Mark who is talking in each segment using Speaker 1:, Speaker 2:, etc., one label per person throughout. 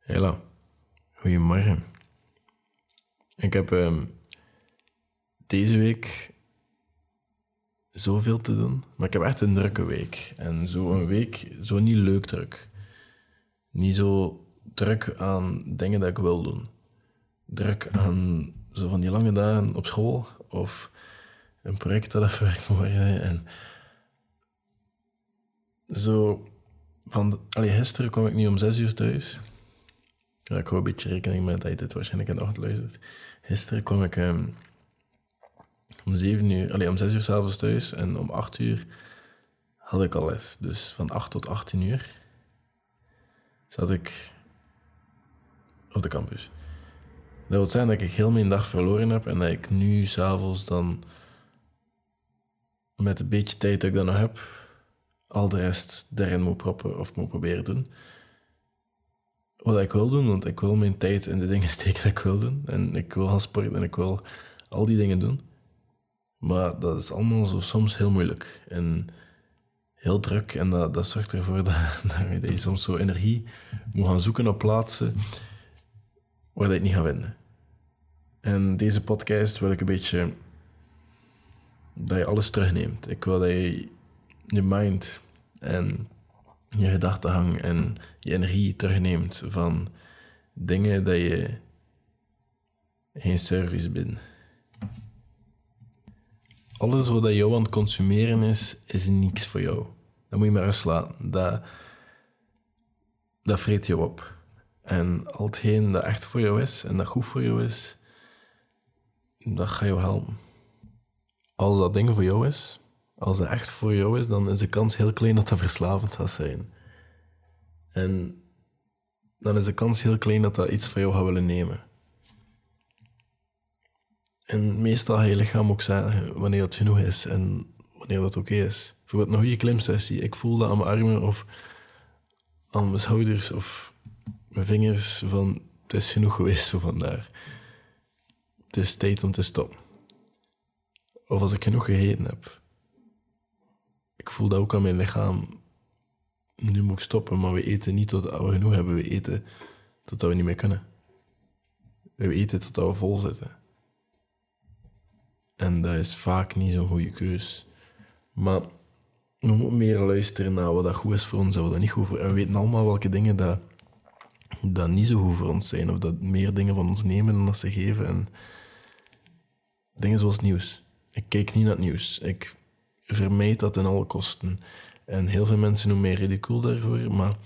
Speaker 1: Hela, goedemorgen. Ik heb deze week zoveel te doen, maar ik heb echt een drukke week. En zo'n week, zo niet leuk druk. Niet zo druk aan dingen dat ik wil doen. Druk aan zo van die lange dagen op school of een project dat verwerkt moet worden. En zo gisteren kwam ik niet om 6 uur thuis. Ja, ik hou een beetje rekening met dat je dit waarschijnlijk in de ochtend luistert. Gisteren kwam ik om 6 uur 's avonds thuis en om 8 uur had ik al les. Dus van 8 tot 18 uur zat ik op de campus. Dat wil zeggen dat ik heel mijn dag verloren heb en dat ik nu 's avonds dan met een beetje tijd dat ik dan nog heb, al de rest daarin moet proppen of moet proberen doen. Wat ik wil doen, want ik wil mijn tijd in de dingen steken dat ik wil doen. En ik wil gaan sporten en ik wil al die dingen doen. Maar dat is allemaal zo soms heel moeilijk en heel druk. En dat zorgt ervoor dat je soms zo energie moet gaan zoeken op plaatsen waar je het niet gaat vinden. En deze podcast wil ik een beetje dat je alles terugneemt. Ik wil dat je mind en je gedachtegang en je energie terugneemt van dingen dat je geen service bent. Alles wat jou aan het consumeren is niks voor jou. Dat moet je maar rust laten. Dat vreet je op. En al hetgeen dat echt voor jou is en dat goed voor jou is, dat gaat jou helpen. Als dat ding voor jou is, als dat echt voor jou is, dan is de kans heel klein dat dat verslavend gaat zijn. En dan is de kans heel klein dat dat iets van jou gaat willen nemen. En meestal ga je lichaam ook zeggen wanneer het genoeg is en wanneer dat oké is. Bijvoorbeeld een goede klimsessie. Ik voel dat aan mijn armen of aan mijn schouders of mijn vingers van het is genoeg geweest voor vandaag. Het is tijd om te stoppen. Of als ik genoeg gegeten heb. Ik voel dat ook aan mijn lichaam. Nu moet ik stoppen, maar we eten niet totdat we genoeg hebben. We eten totdat we niet meer kunnen. We eten totdat we vol zitten. En dat is vaak niet zo'n goede keus. Maar we moeten meer luisteren naar wat dat goed is voor ons en wat dat niet goed voor ons is. En we weten allemaal welke dingen dat niet zo goed voor ons zijn. Of dat meer dingen van ons nemen dan dat ze geven. En dingen zoals nieuws. Ik kijk niet naar het nieuws. Ik vermijd dat ten alle kosten. En heel veel mensen noemen mij ridicuul daarvoor. Maar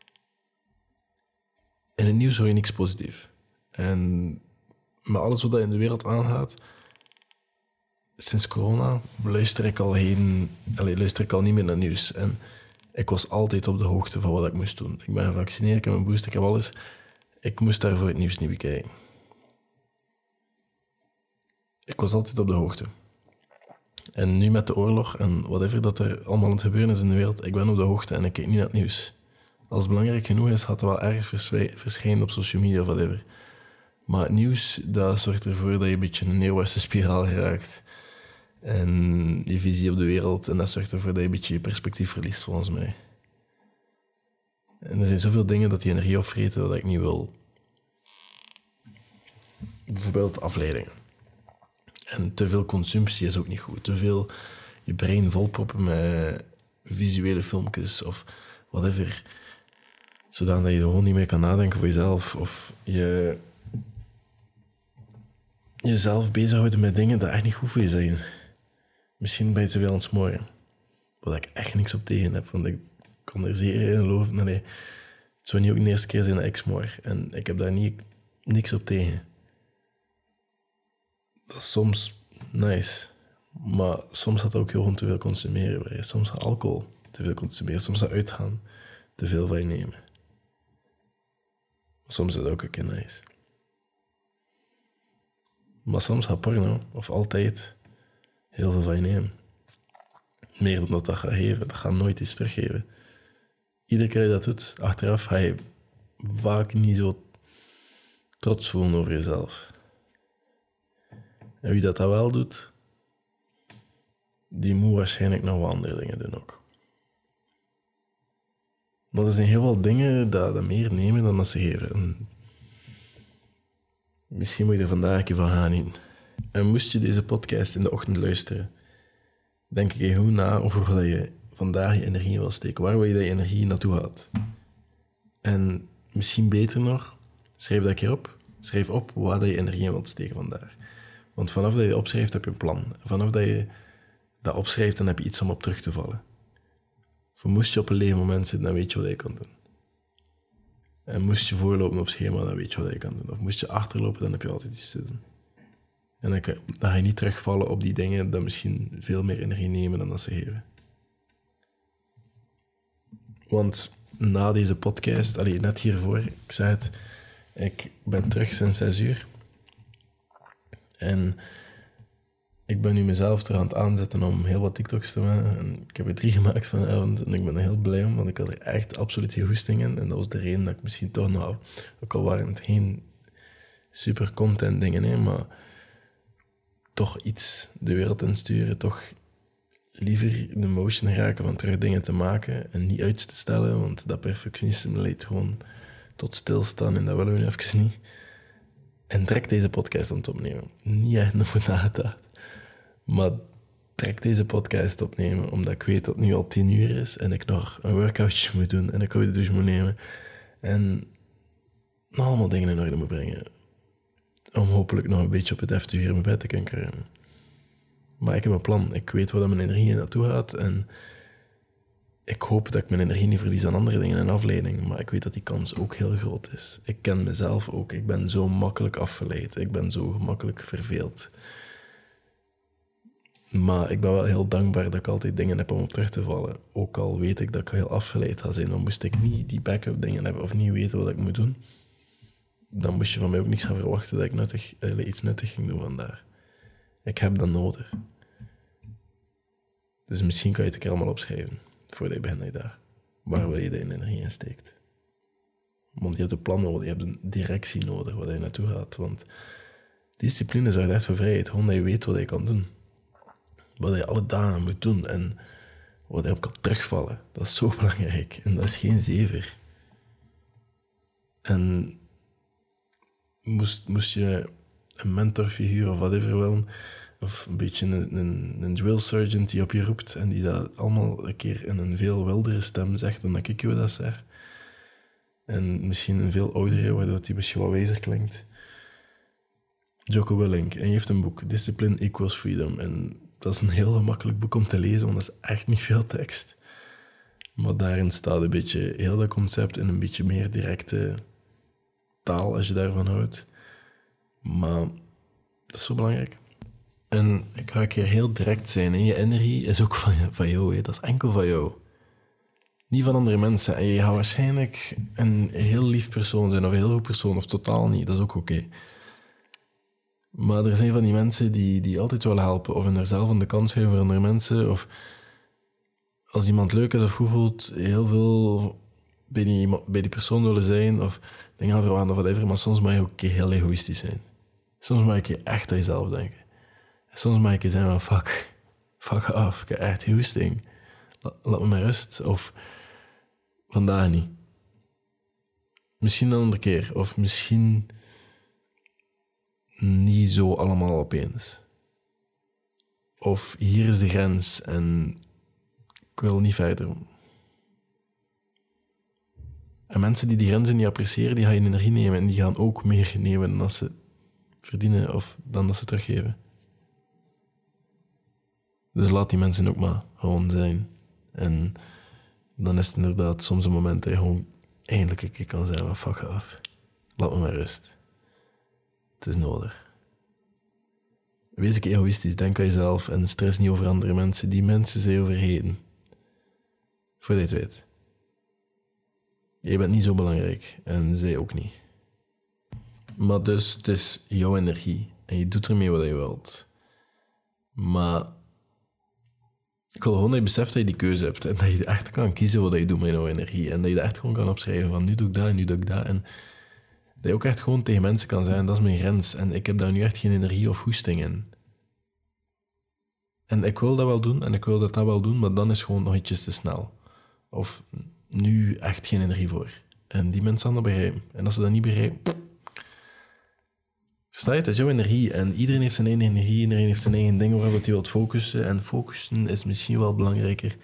Speaker 1: in het nieuws hoor je niks positiefs. En met alles wat in de wereld aangaat, sinds corona luister ik al niet meer naar nieuws. En ik was altijd op de hoogte van wat ik moest doen. Ik ben gevaccineerd, ik heb mijn booster, ik heb alles. Ik moest daarvoor het nieuws niet bekijken. Ik was altijd op de hoogte. En nu met de oorlog en whatever dat er allemaal aan het gebeuren is in de wereld, ik ben op de hoogte en ik kijk niet naar het nieuws. Als het belangrijk genoeg is, gaat het wel ergens verschijnen op social media of whatever. Maar het nieuws, dat zorgt ervoor dat je een beetje in een neerwaartse spiraal geraakt. En je visie op de wereld. En dat zorgt ervoor dat je een beetje je perspectief verliest, volgens mij. En er zijn zoveel dingen dat die energie opvreten dat ik niet wil. Bijvoorbeeld afleidingen. En te veel consumptie is ook niet goed. Te veel je brein volproppen met visuele filmpjes of whatever. Zodat je gewoon niet meer kan nadenken voor jezelf. Of jezelf bezighouden met dingen die echt niet goed voor je zijn. Misschien ben je te veel aan het smoren. Wat ik echt niks op tegen heb, want ik kan er zeer in geloven. Nee, het zou niet ook de eerste keer zijn dat ik smoor. En ik heb daar niks op tegen. Dat is soms nice. Maar soms gaat het ook gewoon te veel consumeren. Soms gaat alcohol te veel consumeren. Soms gaat uitgaan te veel van je nemen. Maar soms is het ook een keer nice. Maar soms gaat porno, of altijd, heel veel van je nemen. Meer dan dat gaat geven. Dat gaat nooit iets teruggeven. Iedere keer dat je dat doet, achteraf ga je vaak niet zo trots voelen over jezelf. En wie dat wel doet, die moet waarschijnlijk nog wat andere dingen doen ook. Maar er zijn heel veel dingen dat meer nemen dan dat ze geven. En misschien moet je er vandaag een keer van gaan in. En moest je deze podcast in de ochtend luisteren, denk ik heel na over wat je vandaag je energie in wil steken. Waar wil je dat je energie naartoe gaat? En misschien beter nog, schrijf dat een keer op. Schrijf op waar je energie in wilt steken vandaag. Want vanaf dat je opschrijft, heb je een plan. Vanaf dat je dat opschrijft, dan heb je iets om op terug te vallen. Of moest je op een leeg moment zitten, dan weet je wat je kan doen. En moest je voorlopen op schema, dan weet je wat je kan doen. Of moest je achterlopen, dan heb je altijd iets te doen. En dan ga je niet terugvallen op die dingen die misschien veel meer energie nemen dan dat ze geven. Want na deze podcast, net hiervoor, ik zei het, ik ben terug sinds 6 uur. En ik ben nu mezelf er aan het aanzetten om heel wat TikToks te maken. En ik heb er 3 gemaakt vanavond en ik ben er heel blij om, want ik had er echt absoluut geen goesting in. En dat was de reden dat ik misschien toch nog, ook al waren het geen super content dingen, maar toch iets de wereld in sturen, toch liever de motion raken van terug dingen te maken en niet uit te stellen, want dat perfectionisme leidt gewoon tot stilstaan en dat willen we nu even niet. En trek deze podcast aan het opnemen. Niet echt over nagedacht. Maar trek deze podcast opnemen, omdat ik weet dat het nu al 10 uur is en ik nog een workoutje moet doen en ik de douche moet nemen. En nog allemaal dingen in orde moet brengen. Om hopelijk nog een beetje op het deftige uur in mijn bed te kunnen kruimen. Maar ik heb een plan. Ik weet waar mijn energie naartoe gaat en ik hoop dat ik mijn energie niet verlies aan andere dingen en afleiding, maar ik weet dat die kans ook heel groot is. Ik ken mezelf ook. Ik ben zo makkelijk afgeleid. Ik ben zo gemakkelijk verveeld. Maar ik ben wel heel dankbaar dat ik altijd dingen heb om op terug te vallen. Ook al weet ik dat ik heel afgeleid ga zijn, dan moest ik niet die backup dingen hebben of niet weten wat ik moet doen. Dan moest je van mij ook niks gaan verwachten dat ik iets nuttig ging doen vandaag. Ik heb dat nodig. Dus misschien kan je het een keer allemaal opschrijven. Voordat je begint daar. Waar wil je de energie in steekt. Want je hebt een plan nodig, je hebt een directie nodig waar je naartoe gaat. Want discipline zorgt echt voor vrijheid. Gewoon dat je weet wat je kan doen. Wat je alle dagen moet doen en wat je op kan terugvallen. Dat is zo belangrijk. En dat is geen zever. En moest je een mentorfiguur of whatever willen, of een beetje een drill sergeant die op je roept en die dat allemaal een keer in een veel wildere stem zegt dan dat ik jou dat zeg. En misschien een veel oudere, waardoor die misschien wat wijzer klinkt. Jocko Willink. En je heeft een boek, Discipline Equals Freedom. En dat is een heel gemakkelijk boek om te lezen, want dat is echt niet veel tekst. Maar daarin staat een beetje heel dat concept in een beetje meer directe taal, als je daarvan houdt. Maar dat is zo belangrijk. En ik ga een keer heel direct zijn. Hè. Je energie is ook van jou. Hè. Dat is enkel van jou. Niet van andere mensen. En je gaat waarschijnlijk een heel lief persoon zijn, of een heel goed persoon, of totaal niet. Dat is ook oké. Maar er zijn van die mensen die altijd willen helpen, of in er zelf aan de kant schuiven voor andere mensen, of als iemand leuk is of goed voelt, heel veel bij die persoon willen zijn, of dingen gaan verwachten of whatever, maar soms mag je ook heel egoïstisch zijn. Soms mag je echt aan jezelf denken. Soms mag je zeggen van fuck af, ik heb echt hoesting. Laat me maar rust, of vandaag niet. Misschien een andere keer, of misschien niet zo allemaal opeens. Of hier is de grens en ik wil niet verder. En mensen die grenzen niet appreciëren, die gaan je energie nemen en die gaan ook meer nemen dan dat ze verdienen of dan dat ze teruggeven. Dus laat die mensen ook maar gewoon zijn. En dan is het inderdaad soms een moment dat je gewoon eindelijk een keer kan zeggen van fuck af. Laat me maar rust. Het is nodig. Wees een keer egoïstisch, denk aan jezelf en stress niet over andere mensen. Die mensen zijn overheden. Voordat je het weet. Je bent niet zo belangrijk en zij ook niet. Maar dus, het is jouw energie en je doet ermee wat je wilt. Maar ik wil gewoon dat je beseft dat je die keuze hebt en dat je echt kan kiezen wat je doet met jouw energie en dat je echt gewoon kan opschrijven van nu doe ik dat en nu doe ik dat. En dat je ook echt gewoon tegen mensen kan zeggen, dat is mijn grens en ik heb daar nu echt geen energie of hoesting in. En ik wil dat wel doen en ik wil dat wel doen, maar dan is gewoon nog ietsjes te snel. Of nu echt geen energie voor. En die mensen gaan dat begrijpen. En als ze dat niet begrijpen... Versta je? Het is jouw energie. En iedereen heeft zijn eigen energie. Iedereen heeft zijn eigen ding waarop hij wilt focussen. En focussen is misschien wel belangrijker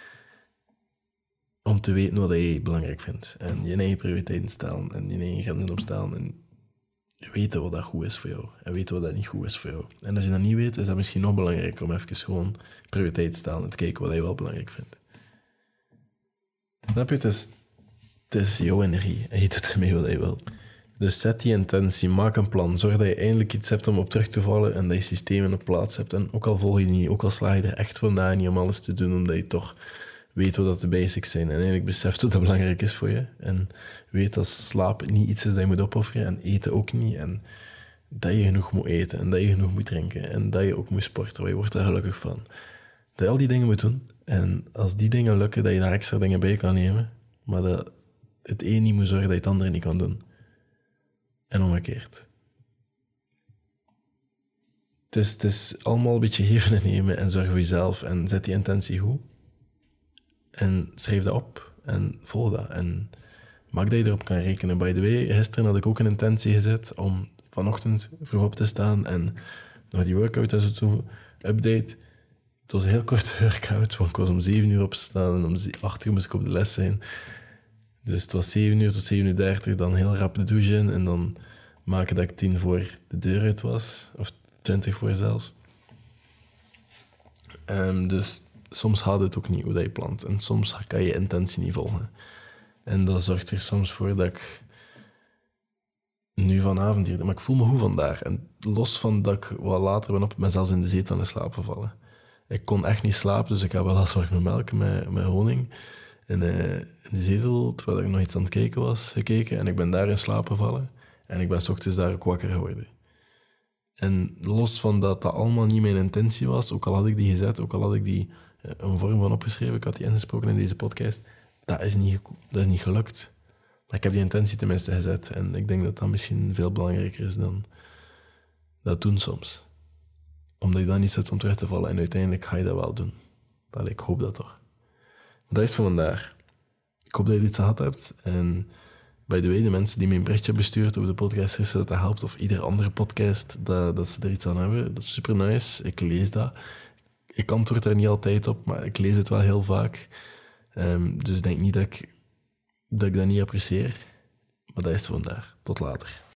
Speaker 1: om te weten wat je belangrijk vindt. En je eigen prioriteiten stellen. En je eigen grenzen opstellen. En weten wat dat goed is voor jou. En weten wat dat niet goed is voor jou. En als je dat niet weet, is dat misschien nog belangrijker om even gewoon prioriteiten te stellen. En te kijken wat je wel belangrijk vindt. Snap je? Het is jouw energie. En je doet ermee wat je wil. Dus zet die intentie, maak een plan. Zorg dat je eindelijk iets hebt om op terug te vallen en dat je systemen op plaats hebt. En ook al volg je niet, ook al sla je er echt vandaan niet om alles te doen, omdat je toch weet wat de basics zijn. En eigenlijk beseft wat dat belangrijk is voor je. En weet dat slaap niet iets is dat je moet opofferen en eten ook niet. En dat je genoeg moet eten en dat je genoeg moet drinken en dat je ook moet sporten, want je wordt daar gelukkig van. Dat je al die dingen moet doen. En als die dingen lukken, dat je daar extra dingen bij kan nemen. Maar dat het een niet moet zorgen dat je het andere niet kan doen. En omgekeerd. Het is allemaal een beetje geven en nemen en zorg voor jezelf en zet die intentie goed. En schrijf dat op en volg dat. En maak dat je erop kan rekenen. By the way, gisteren had ik ook een intentie gezet om vanochtend vroeg op te staan en nog die workout en zo toe update. Het was een heel korte workout, want ik was om 7 uur opgestaan en om 8 uur moest ik op de les zijn. Dus het was 7 uur tot 7:30 uur, dan heel rap de douche in en dan maken dat ik 10 voor de deur uit was. Of 20 voor zelfs. Dus soms gaat het ook niet hoe dat je plant. En soms kan je intentie niet volgen. En dat zorgt er soms voor dat ik nu vanavond hier... Maar ik voel me goed vandaag. En los van dat ik wat later ben ben zelfs in de zetel in slaap gevallen. Ik kon echt niet slapen, dus ik heb wel als met melk met honing. In de zetel, terwijl ik nog iets aan het kijken was, gekeken. En ik ben daar in slaap gevallen. En ik ben 's ochtends daar ook wakker geworden. En los van dat allemaal niet mijn intentie was, ook al had ik die gezet, ook al had ik die een vorm van opgeschreven, ik had die ingesproken in deze podcast, dat is niet gelukt. Maar ik heb die intentie tenminste gezet. En ik denk dat dat misschien veel belangrijker is dan dat doen soms. Omdat je dan niet zet om terug te vallen en uiteindelijk ga je dat wel doen. Allee, ik hoop dat toch. Maar dat is voor vandaag. Ik hoop dat je iets gehad hebt. En by the way, de mensen die mij een berichtje hebben bestuurd over de podcast gisteren, dat helpt. Of ieder andere podcast, dat ze er iets aan hebben. Dat is super nice. Ik lees dat. Ik antwoord daar niet altijd op, maar ik lees het wel heel vaak. Dus ik denk niet dat ik dat niet apprecieer. Maar dat is het vandaag. Tot later.